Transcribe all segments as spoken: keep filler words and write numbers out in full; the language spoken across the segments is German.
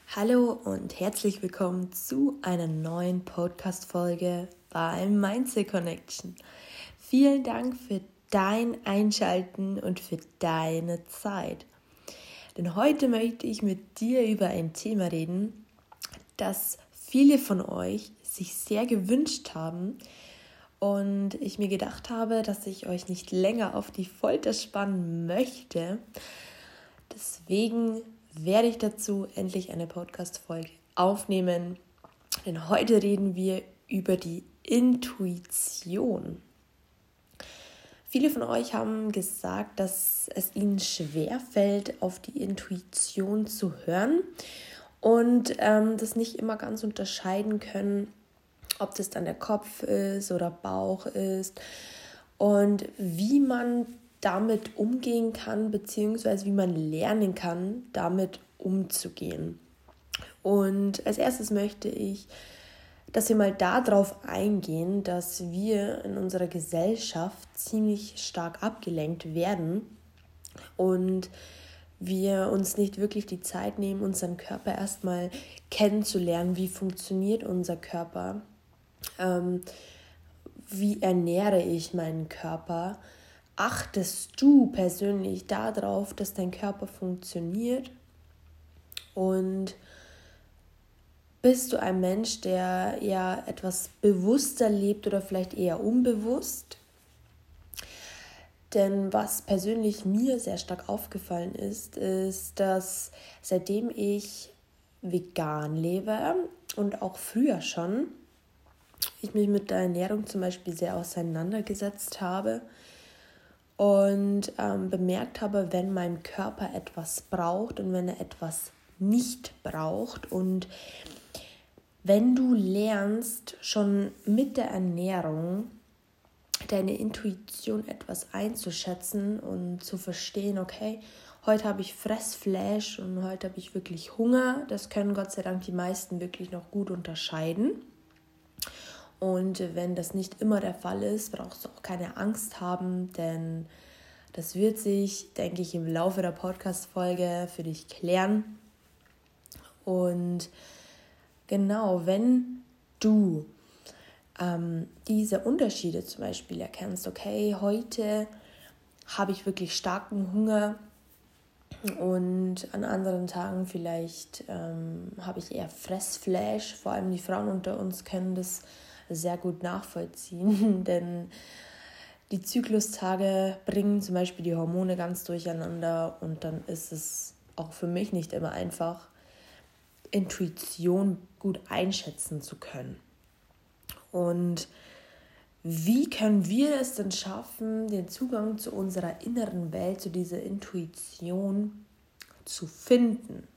Hallo und herzlich willkommen zu einer neuen Podcast-Folge beim Mindset Connection. Vielen Dank für dein Einschalten und für deine Zeit. Denn heute möchte ich mit dir über ein Thema reden, das viele von euch sich sehr gewünscht haben und ich mir gedacht habe, dass ich euch nicht länger auf die Folter spannen möchte. Deswegen werde ich dazu endlich eine Podcast-Folge aufnehmen, denn heute reden wir über die Intuition. Viele von euch haben gesagt, dass es ihnen schwerfällt, auf die Intuition zu hören und ähm, das nicht immer ganz unterscheiden können, ob das dann der Kopf ist oder Bauch ist und wie man damit umgehen kann, beziehungsweise wie man lernen kann, damit umzugehen. Und als erstes möchte ich, dass wir mal darauf eingehen, dass wir in unserer Gesellschaft ziemlich stark abgelenkt werden und wir uns nicht wirklich die Zeit nehmen, unseren Körper erstmal kennenzulernen, wie funktioniert unser Körper, ähm, wie ernähre ich meinen Körper. Achtest du persönlich darauf, dass dein Körper funktioniert? Und bist du ein Mensch, der eher etwas bewusster lebt oder vielleicht eher unbewusst? Denn was persönlich mir sehr stark aufgefallen ist, ist, dass seitdem ich vegan lebe und auch früher schon, ich mich mit der Ernährung zum Beispiel sehr auseinandergesetzt habe, und ähm, bemerkt habe, wenn mein Körper etwas braucht und wenn er etwas nicht braucht. Und wenn du lernst, schon mit der Ernährung deine Intuition etwas einzuschätzen und zu verstehen, okay, heute habe ich Fressflash und heute habe ich wirklich Hunger. Das können Gott sei Dank die meisten wirklich noch gut unterscheiden. Und wenn das nicht immer der Fall ist, brauchst du auch keine Angst haben, denn das wird sich, denke ich, im Laufe der Podcast-Folge für dich klären. Und genau, wenn du ähm, diese Unterschiede zum Beispiel erkennst, okay, heute habe ich wirklich starken Hunger und an anderen Tagen vielleicht ähm, habe ich eher Fressflash, vor allem die Frauen unter uns können das sehr gut nachvollziehen, denn die Zyklustage bringen zum Beispiel die Hormone ganz durcheinander und dann ist es auch für mich nicht immer einfach, Intuition gut einschätzen zu können. Und wie können wir es denn schaffen, den Zugang zu unserer inneren Welt, zu dieser Intuition zu finden?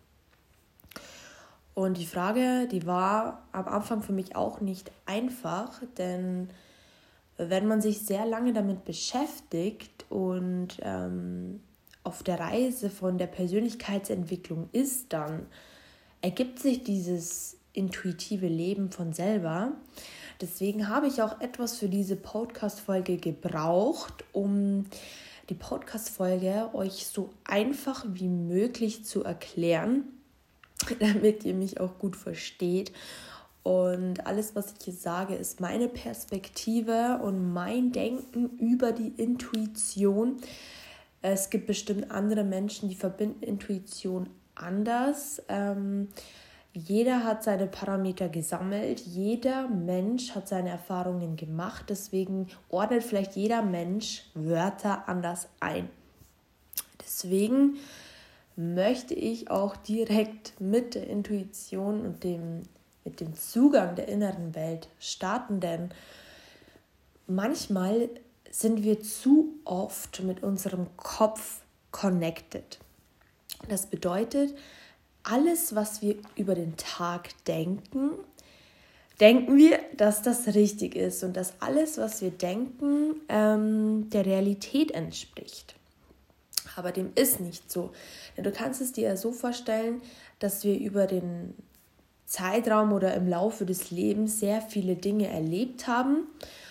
Und die Frage, die war am Anfang für mich auch nicht einfach, denn wenn man sich sehr lange damit beschäftigt und ähm, auf der Reise von der Persönlichkeitsentwicklung ist, dann ergibt sich dieses intuitive Leben von selber. Deswegen habe ich auch etwas für diese Podcast-Folge gebraucht, um die Podcast-Folge euch so einfach wie möglich zu erklären, damit ihr mich auch gut versteht. Und alles, was ich hier sage, ist meine Perspektive und mein Denken über die Intuition. Es gibt bestimmt andere Menschen, die verbinden Intuition anders. Ähm, jeder hat seine Parameter gesammelt, jeder Mensch hat seine Erfahrungen gemacht. Deswegen ordnet vielleicht jeder Mensch Wörter anders ein. Deswegen möchte ich auch direkt mit der Intuition und dem mit dem Zugang der inneren Welt starten, denn manchmal sind wir zu oft mit unserem Kopf connected. Das bedeutet, alles, was wir über den Tag denken, denken wir, dass das richtig ist und dass alles, was wir denken, ähm, der Realität entspricht. Aber dem ist nicht so. Denn du kannst es dir ja so vorstellen, dass wir über den Zeitraum oder im Laufe des Lebens sehr viele Dinge erlebt haben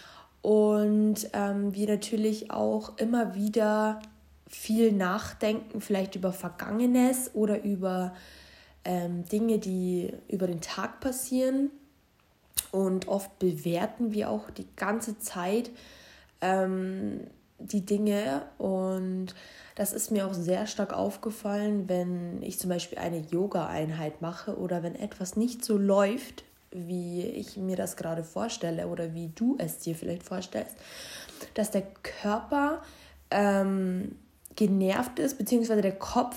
und ähm, wir natürlich auch immer wieder viel nachdenken, vielleicht über Vergangenes oder über ähm, Dinge, die über den Tag passieren. Und oft bewerten wir auch die ganze Zeit ähm, die Dinge. Und das ist mir auch sehr stark aufgefallen, wenn ich zum Beispiel eine Yoga-Einheit mache oder wenn etwas nicht so läuft, wie ich mir das gerade vorstelle oder wie du es dir vielleicht vorstellst, dass der Körper ähm, genervt ist, beziehungsweise der Kopf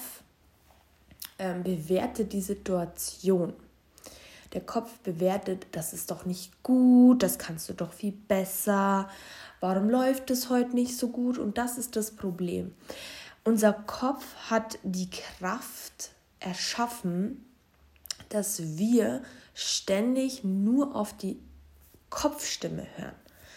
ähm, bewertet die Situation. Der Kopf bewertet, das ist doch nicht gut, das kannst du doch viel besser, warum läuft es heute nicht so gut? Und das ist das Problem. Unser Kopf hat die Kraft erschaffen, dass wir ständig nur auf die Kopfstimme hören.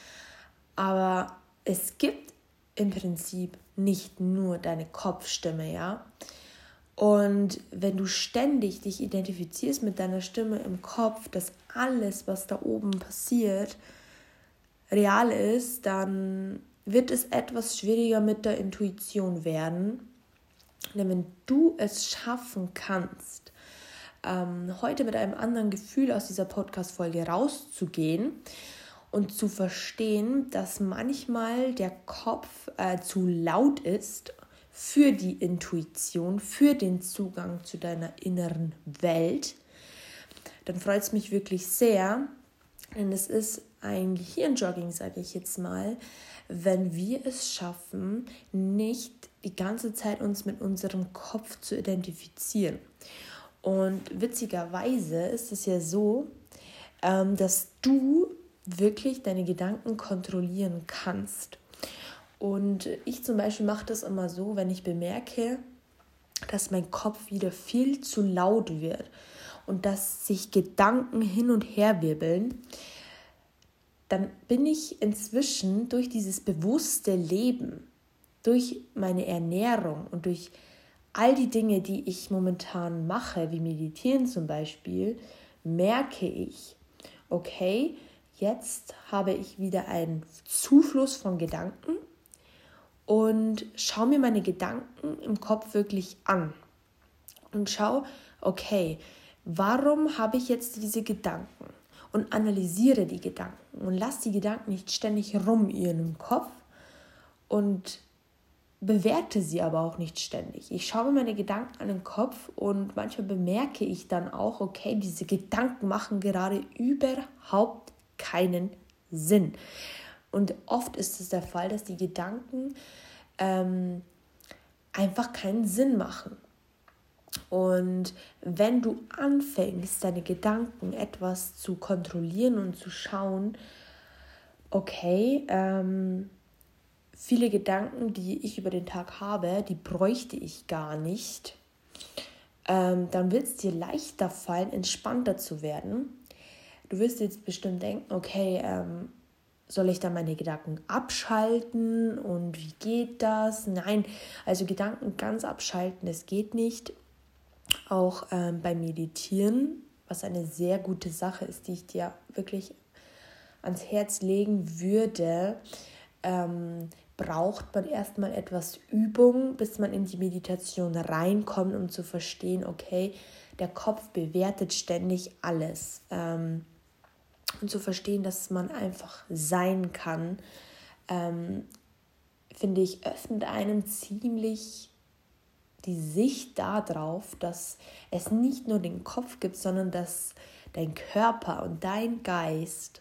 Aber es gibt im Prinzip nicht nur deine Kopfstimme, ja. Und wenn du ständig dich identifizierst mit deiner Stimme im Kopf, dass alles, was da oben passiert, real ist, dann wird es etwas schwieriger mit der Intuition werden. Denn wenn du es schaffen kannst, ähm, heute mit einem anderen Gefühl aus dieser Podcast-Folge rauszugehen und zu verstehen, dass manchmal der Kopf äh, zu laut ist für die Intuition, für den Zugang zu deiner inneren Welt, dann freut es mich wirklich sehr, denn es ist ein Gehirnjogging, sage ich jetzt mal, wenn wir es schaffen, nicht die ganze Zeit uns mit unserem Kopf zu identifizieren. Und witzigerweise ist es ja so, ähm, dass du wirklich deine Gedanken kontrollieren kannst. Und ich zum Beispiel mache das immer so, wenn ich bemerke, dass mein Kopf wieder viel zu laut wird und dass sich Gedanken hin und her wirbeln, dann bin ich inzwischen durch dieses bewusste Leben, durch meine Ernährung und durch all die Dinge, die ich momentan mache, wie Meditieren zum Beispiel, merke ich, okay, jetzt habe ich wieder einen Zufluss von Gedanken und schaue mir meine Gedanken im Kopf wirklich an und schaue, okay, warum habe ich jetzt diese Gedanken? Und analysiere die Gedanken und lasse die Gedanken nicht ständig rumirren im Kopf und bewerte sie aber auch nicht ständig. Ich schaue mir meine Gedanken an den Kopf und manchmal bemerke ich dann auch, okay, diese Gedanken machen gerade überhaupt keinen Sinn. Und oft ist es der Fall, dass die Gedanken ähm, einfach keinen Sinn machen. Und wenn du anfängst, deine Gedanken etwas zu kontrollieren und zu schauen, okay, ähm, viele Gedanken, die ich über den Tag habe, die bräuchte ich gar nicht, ähm, dann wird es dir leichter fallen, entspannter zu werden. Du wirst jetzt bestimmt denken, okay, ähm, soll ich dann meine Gedanken abschalten und wie geht das? Nein, also Gedanken ganz abschalten, das geht nicht. Auch ähm, beim Meditieren, was eine sehr gute Sache ist, die ich dir wirklich ans Herz legen würde, ähm, braucht man erstmal etwas Übung, bis man in die Meditation reinkommt, um zu verstehen, okay, der Kopf bewertet ständig alles. Ähm, und zu verstehen, dass man einfach sein kann, ähm, finde ich, öffnet einem ziemlich die Sicht darauf, dass es nicht nur den Kopf gibt, sondern dass dein Körper und dein Geist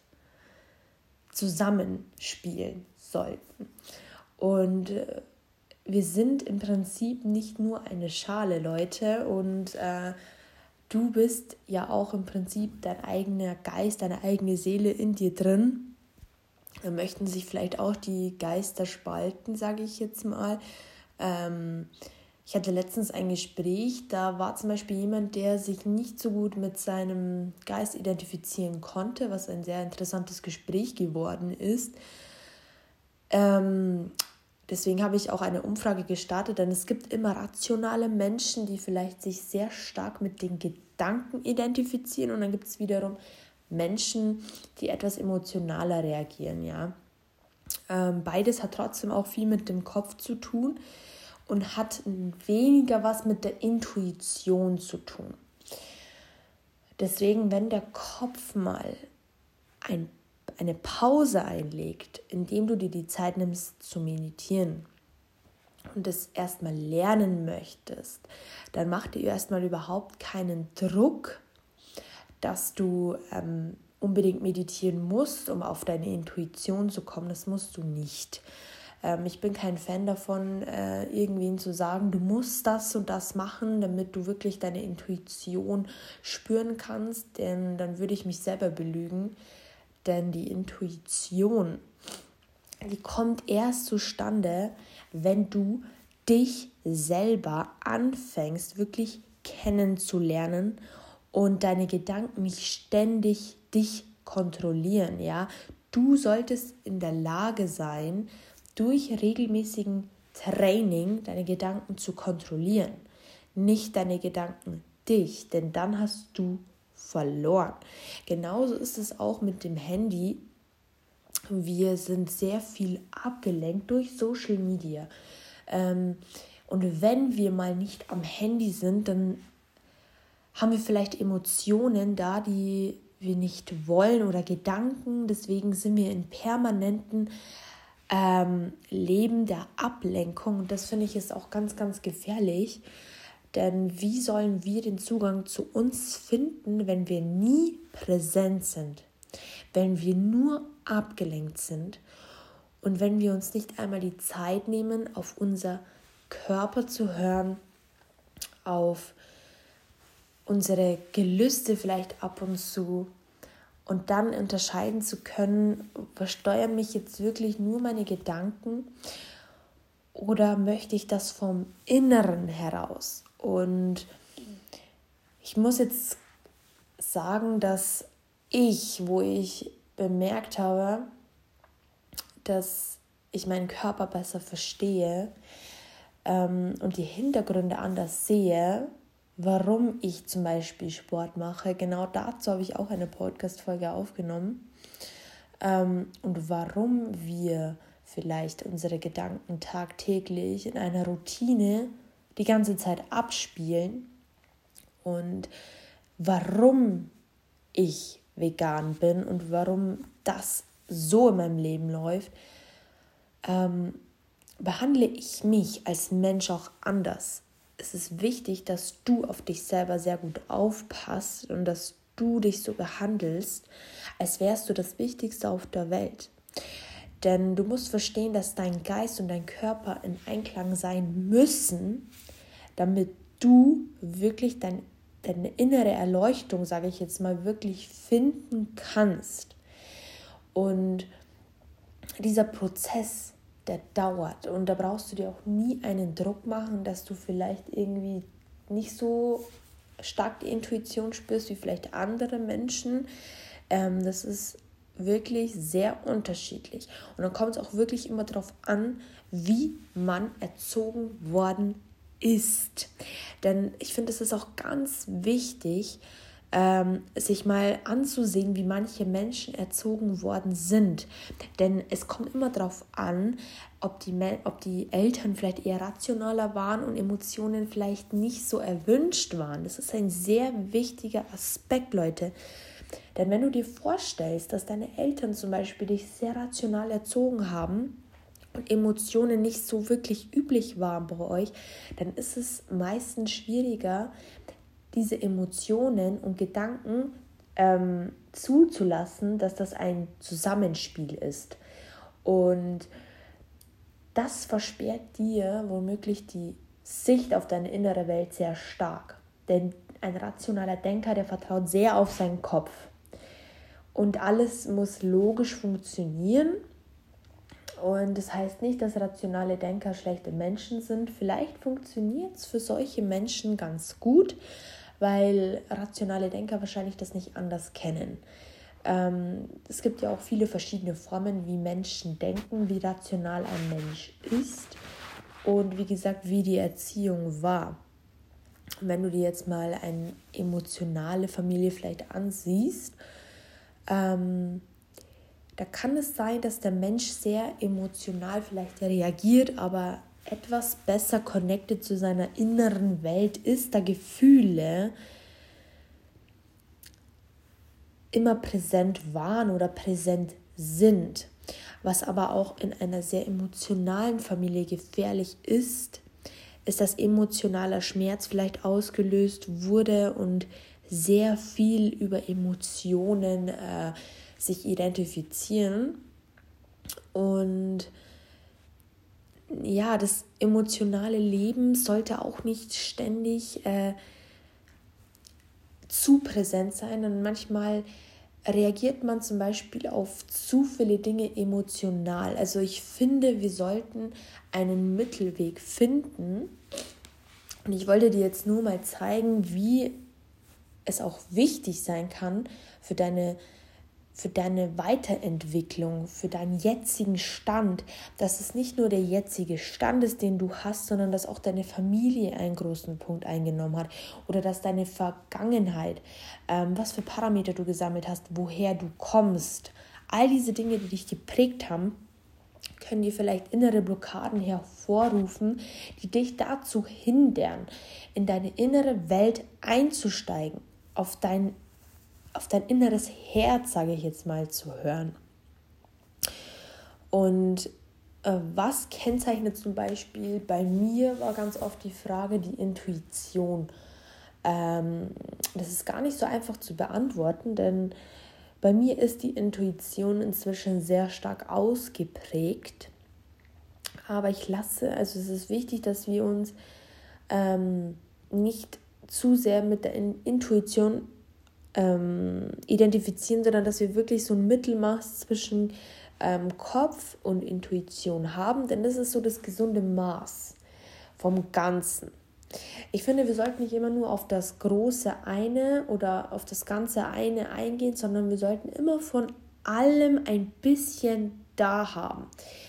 zusammenspielen sollten. Und äh, wir sind im Prinzip nicht nur eine Schale, Leute, und äh, du bist ja auch im Prinzip dein eigener Geist, deine eigene Seele in dir drin. Da möchten sich vielleicht auch die Geister spalten, sage ich jetzt mal. Ähm, ich hatte letztens ein Gespräch, da war zum Beispiel jemand, der sich nicht so gut mit seinem Geist identifizieren konnte, was ein sehr interessantes Gespräch geworden ist. Ähm, deswegen habe ich auch eine Umfrage gestartet, denn es gibt immer rationale Menschen, die vielleicht sich sehr stark mit den Gedanken identifizieren, und dann gibt es wiederum Menschen, die etwas emotionaler reagieren, ja. Ähm, beides hat trotzdem auch viel mit dem Kopf zu tun und hat weniger was mit der Intuition zu tun. Deswegen, wenn der Kopf mal ein, eine Pause einlegt, indem du dir die Zeit nimmst zu meditieren und es erstmal lernen möchtest, dann mach dir erstmal überhaupt keinen Druck, dass du ähm, unbedingt meditieren musst, um auf deine Intuition zu kommen. Das musst du nicht. Ähm, ich bin kein Fan davon, äh, irgendwen zu sagen, du musst das und das machen, damit du wirklich deine Intuition spüren kannst, denn dann würde ich mich selber belügen. Denn die Intuition, die kommt erst zustande, wenn du dich selber anfängst, wirklich kennenzulernen und deine Gedanken nicht ständig dich kontrollieren. Ja? Du solltest in der Lage sein, durch regelmäßigen Training deine Gedanken zu kontrollieren, nicht deine Gedanken dich, denn dann hast du verloren. Genauso ist es auch mit dem Handy. Wir sind sehr viel abgelenkt durch Social Media. Ähm, und wenn wir mal nicht am Handy sind, dann haben wir vielleicht Emotionen da, die wir nicht wollen oder Gedanken. Deswegen sind wir in permanenten ähm, Leben der Ablenkung. Und das finde ich ist auch ganz, ganz gefährlich. Denn wie sollen wir den Zugang zu uns finden, wenn wir nie präsent sind? Wenn wir nur abgelenkt sind und wenn wir uns nicht einmal die Zeit nehmen, auf unser Körper zu hören, auf unsere Gelüste vielleicht ab und zu und dann unterscheiden zu können, versteuern mich jetzt wirklich nur meine Gedanken oder möchte ich das vom Inneren heraus? Und ich muss jetzt sagen, dass ich, wo ich bemerkt habe, dass ich meinen Körper besser verstehe ähm, und die Hintergründe anders sehe, warum ich zum Beispiel Sport mache. Genau dazu habe ich auch eine Podcast-Folge aufgenommen. Ähm, und warum wir vielleicht unsere Gedanken tagtäglich in einer Routine die ganze Zeit abspielen und warum ich vegan bin und warum das so in meinem Leben läuft, ähm, behandle ich mich als Mensch auch anders. Es ist wichtig, dass du auf dich selber sehr gut aufpasst und dass du dich so behandelst, als wärst du das Wichtigste auf der Welt. Denn du musst verstehen, dass dein Geist und dein Körper in Einklang sein müssen, damit du wirklich dein, deine innere Erleuchtung, sage ich jetzt mal, wirklich finden kannst. Und dieser Prozess, der dauert. Und da brauchst du dir auch nie einen Druck machen, dass du vielleicht irgendwie nicht so stark die Intuition spürst wie vielleicht andere Menschen. Ähm, das ist wirklich sehr unterschiedlich. Und dann kommt es auch wirklich immer darauf an, wie man erzogen worden ist. Denn ich finde, es ist auch ganz wichtig, ähm, sich mal anzusehen, wie manche Menschen erzogen worden sind. Denn es kommt immer darauf an, ob die, ob die Eltern vielleicht eher rationaler waren und Emotionen vielleicht nicht so erwünscht waren. Das ist ein sehr wichtiger Aspekt, Leute. Denn wenn du dir vorstellst, dass deine Eltern zum Beispiel dich sehr rational erzogen haben und Emotionen nicht so wirklich üblich waren bei euch, dann ist es meistens schwieriger, diese Emotionen und Gedanken ähm, zuzulassen, dass das ein Zusammenspiel ist. Und das versperrt dir womöglich die Sicht auf deine innere Welt sehr stark. Denn ein rationaler Denker, der vertraut sehr auf seinen Kopf. Und alles muss logisch funktionieren. Und das heißt nicht, dass rationale Denker schlechte Menschen sind. Vielleicht funktioniert es für solche Menschen ganz gut, weil rationale Denker wahrscheinlich das nicht anders kennen. Ähm, es gibt ja auch viele verschiedene Formen, wie Menschen denken, wie rational ein Mensch ist und wie gesagt, wie die Erziehung war. Wenn du dir jetzt mal eine emotionale Familie vielleicht ansiehst, ähm, da kann es sein, dass der Mensch sehr emotional vielleicht reagiert, aber etwas besser connected zu seiner inneren Welt ist, da Gefühle immer präsent waren oder präsent sind. Was aber auch in einer sehr emotionalen Familie gefährlich ist, ist, dass emotionaler Schmerz vielleicht ausgelöst wurde und sehr viel über Emotionen äh, sich identifizieren. Und ja, das emotionale Leben sollte auch nicht ständig äh, zu präsent sein. Und manchmal reagiert man zum Beispiel auf zu viele Dinge emotional. Also ich finde, wir sollten einen Mittelweg finden. Und ich wollte dir jetzt nur mal zeigen, wie es auch wichtig sein kann für deine, für deine Weiterentwicklung, für deinen jetzigen Stand, dass es nicht nur der jetzige Stand ist, den du hast, sondern dass auch deine Familie einen großen Punkt eingenommen hat oder dass deine Vergangenheit, ähm, was für Parameter du gesammelt hast, woher du kommst, all diese Dinge, die dich geprägt haben, können dir vielleicht innere Blockaden hervorrufen, die dich dazu hindern, in deine innere Welt einzusteigen, auf dein, auf dein inneres Herz, sage ich jetzt mal, zu hören. Und äh, was kennzeichnet zum Beispiel bei mir, war ganz oft die Frage, die Intuition. Ähm, das ist gar nicht so einfach zu beantworten, denn bei mir ist die Intuition inzwischen sehr stark ausgeprägt. Aber ich lasse, also es ist wichtig, dass wir uns ähm, nicht zu sehr mit der Intuition ähm, identifizieren, sondern dass wir wirklich so ein Mittelmaß zwischen ähm, Kopf und Intuition haben, denn das ist so das gesunde Maß vom Ganzen. Ich finde, wir sollten nicht immer nur auf das große eine oder auf das ganze eine eingehen, sondern wir sollten immer von allem ein bisschen da haben.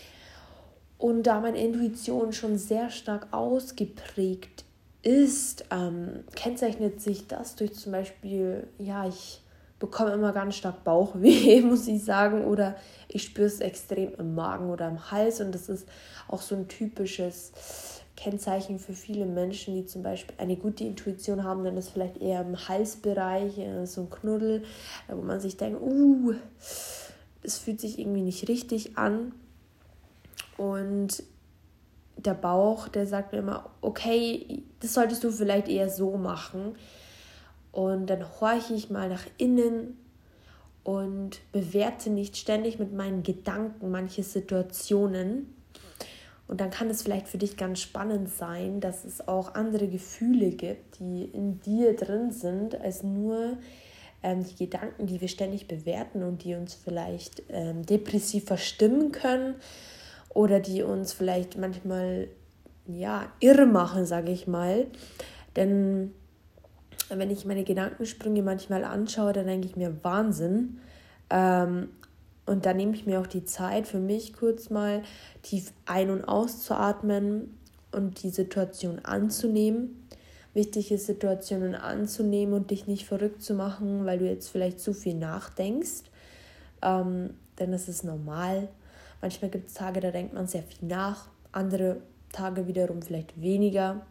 Und da meine Intuition schon sehr stark ausgeprägt ist, ähm, kennzeichnet sich das durch zum Beispiel, ja, ich bekomme immer ganz stark Bauchweh, muss ich sagen, oder ich spüre es extrem im Magen oder im Hals, und das ist auch so ein typisches Kennzeichen für viele Menschen, die zum Beispiel eine gute Intuition haben, dann ist vielleicht eher im Halsbereich so ein Knuddel, wo man sich denkt, uh, es fühlt sich irgendwie nicht richtig an. Und der Bauch, der sagt mir immer, okay, das solltest du vielleicht eher so machen. Und dann horche ich mal nach innen und bewerte nicht ständig mit meinen Gedanken manche Situationen. Und dann kann es vielleicht für dich ganz spannend sein, dass es auch andere Gefühle gibt, die in dir drin sind, als nur ähm, die Gedanken, die wir ständig bewerten und die uns vielleicht ähm, depressiv verstimmen können oder die uns vielleicht manchmal ja, irre machen, sage ich mal. Denn wenn ich meine Gedankensprünge manchmal anschaue, dann denke ich mir, Wahnsinn. Ähm, Und dann nehme ich mir auch die Zeit für mich, kurz mal tief ein- und auszuatmen und die Situation anzunehmen. Wichtig ist, Situationen anzunehmen und dich nicht verrückt zu machen, weil du jetzt vielleicht zu viel nachdenkst. Ähm, denn das ist normal. Manchmal gibt es Tage, da denkt man sehr viel nach. Andere Tage wiederum vielleicht weniger.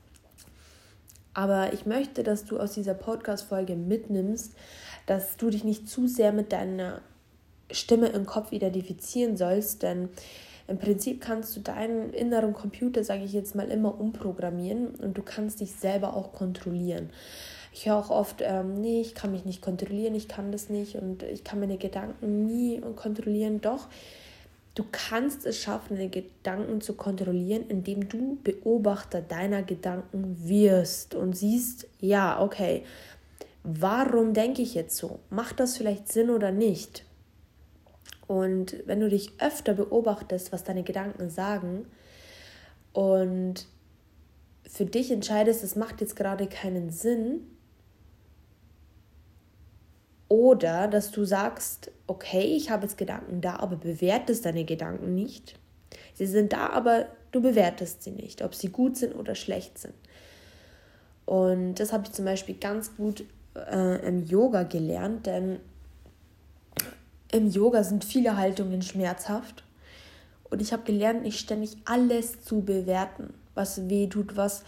Aber ich möchte, dass du aus dieser Podcast-Folge mitnimmst, dass du dich nicht zu sehr mit deiner Stimme im Kopf identifizieren sollst, denn im Prinzip kannst du deinen inneren Computer, sage ich jetzt mal, immer umprogrammieren und du kannst dich selber auch kontrollieren. Ich höre auch oft, ähm, nee, ich kann mich nicht kontrollieren, ich kann das nicht und ich kann meine Gedanken nie kontrollieren. Doch, du kannst es schaffen, deine Gedanken zu kontrollieren, indem du Beobachter deiner Gedanken wirst und siehst, ja, okay, warum denke ich jetzt so? Macht das vielleicht Sinn oder nicht? Und wenn du dich öfter beobachtest, was deine Gedanken sagen und für dich entscheidest, es macht jetzt gerade keinen Sinn, oder dass du sagst, okay, ich habe jetzt Gedanken da, aber bewertest deine Gedanken nicht. Sie sind da, aber du bewertest sie nicht, ob sie gut sind oder schlecht sind. Und das habe ich zum Beispiel ganz gut äh, im Yoga gelernt, denn im Yoga sind viele Haltungen schmerzhaft und ich habe gelernt, nicht ständig alles zu bewerten, was weh tut, was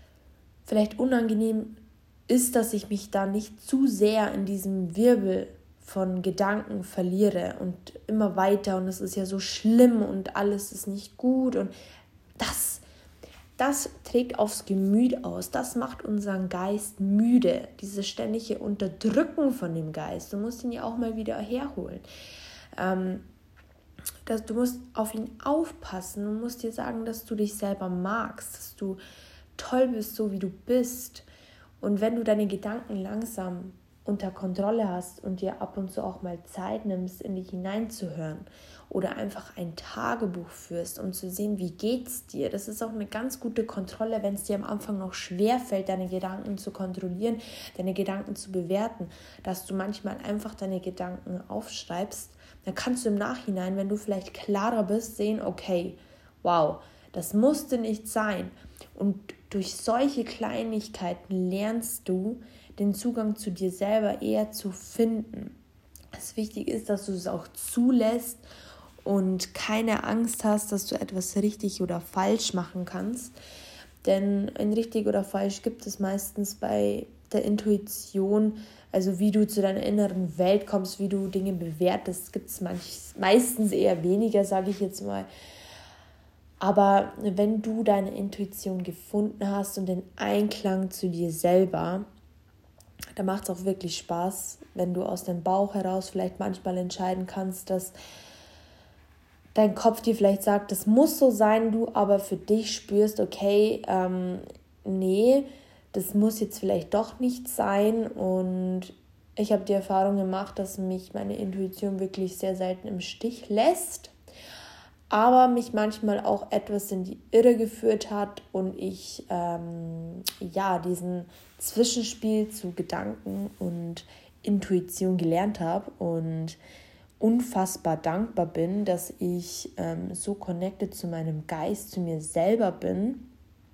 vielleicht unangenehm ist, dass ich mich da nicht zu sehr in diesem Wirbel von Gedanken verliere und immer weiter und es ist ja so schlimm und alles ist nicht gut und das, das trägt aufs Gemüt aus, das macht unseren Geist müde, dieses ständige Unterdrücken von dem Geist. Du musst ihn ja auch mal wieder herholen. Ähm, dass du musst auf ihn aufpassen und musst dir sagen, dass du dich selber magst, dass du toll bist, so wie du bist. Und wenn du deine Gedanken langsam unter Kontrolle hast und dir ab und zu auch mal Zeit nimmst, in dich hineinzuhören oder einfach ein Tagebuch führst, um zu sehen, wie geht's dir. Das ist auch eine ganz gute Kontrolle, wenn es dir am Anfang noch schwerfällt, deine Gedanken zu kontrollieren, deine Gedanken zu bewerten, dass du manchmal einfach deine Gedanken aufschreibst. Dann kannst du im Nachhinein, wenn du vielleicht klarer bist, sehen, okay, wow, das musste nicht sein. Und durch solche Kleinigkeiten lernst du, den Zugang zu dir selber eher zu finden. Was wichtig ist, dass du es auch zulässt und keine Angst hast, dass du etwas richtig oder falsch machen kannst. Denn ein richtig oder falsch gibt es meistens bei der Intuition, also wie du zu deiner inneren Welt kommst, wie du Dinge bewertest, gibt es meistens eher weniger, sage ich jetzt mal. Aber wenn du deine Intuition gefunden hast und den Einklang zu dir selber, da macht es auch wirklich Spaß, wenn du aus dem Bauch heraus vielleicht manchmal entscheiden kannst, dass dein Kopf dir vielleicht sagt, das muss so sein, du aber für dich spürst, okay, ähm, nee, das muss jetzt vielleicht doch nicht sein. Und ich habe die Erfahrung gemacht, dass mich meine Intuition wirklich sehr selten im Stich lässt, aber mich manchmal auch etwas in die Irre geführt hat und ich ähm, ja diesen Zwischenspiel zu Gedanken und Intuition gelernt habe und unfassbar dankbar bin, dass ich ähm, so connected zu meinem Geist, zu mir selber bin.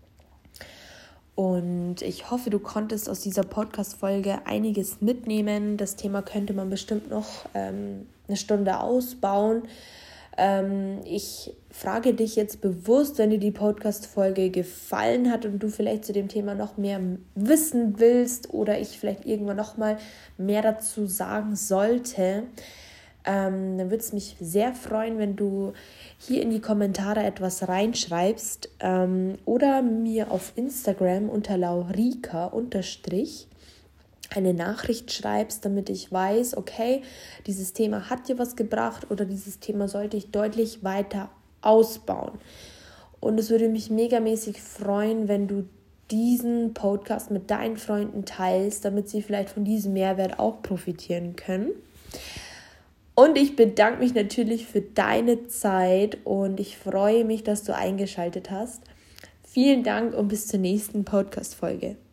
Und ich hoffe, du konntest aus dieser Podcast-Folge einiges mitnehmen. Das Thema könnte man bestimmt noch ähm, eine Stunde ausbauen. Ich frage dich jetzt bewusst, wenn dir die Podcast-Folge gefallen hat und du vielleicht zu dem Thema noch mehr wissen willst oder ich vielleicht irgendwann noch mal mehr dazu sagen sollte, ähm, dann würde es mich sehr freuen, wenn du hier in die Kommentare etwas reinschreibst ähm, oder mir auf Instagram unter laurika unterstrich eine Nachricht schreibst, damit ich weiß, okay, dieses Thema hat dir was gebracht oder dieses Thema sollte ich deutlich weiter ausbauen. Und es würde mich megamäßig freuen, wenn du diesen Podcast mit deinen Freunden teilst, damit sie vielleicht von diesem Mehrwert auch profitieren können. Und ich bedanke mich natürlich für deine Zeit und ich freue mich, dass du eingeschaltet hast. Vielen Dank und bis zur nächsten Podcast-Folge.